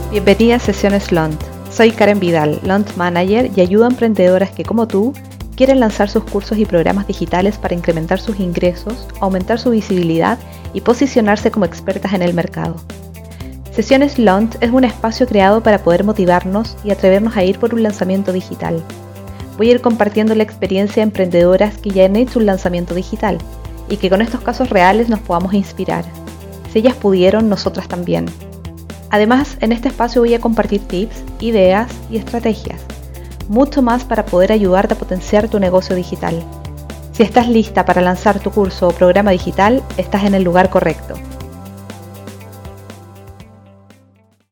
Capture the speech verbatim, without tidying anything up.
Bienvenida a Sesiones Launch. Soy Karen Vidal, Launch Manager, y ayudo a emprendedoras que, como tú, quieren lanzar sus cursos y programas digitales para incrementar sus ingresos, aumentar su visibilidad y posicionarse como expertas en el mercado. Sesiones Launch es un espacio creado para poder motivarnos y atrevernos a ir por un lanzamiento digital. Voy a ir compartiendo la experiencia de emprendedoras que ya han hecho un lanzamiento digital y que con estos casos reales nos podamos inspirar. Si ellas pudieron, nosotras también. Además, en este espacio voy a compartir tips, ideas y estrategias. Mucho más para poder ayudarte a potenciar tu negocio digital. Si estás lista para lanzar tu curso o programa digital, estás en el lugar correcto.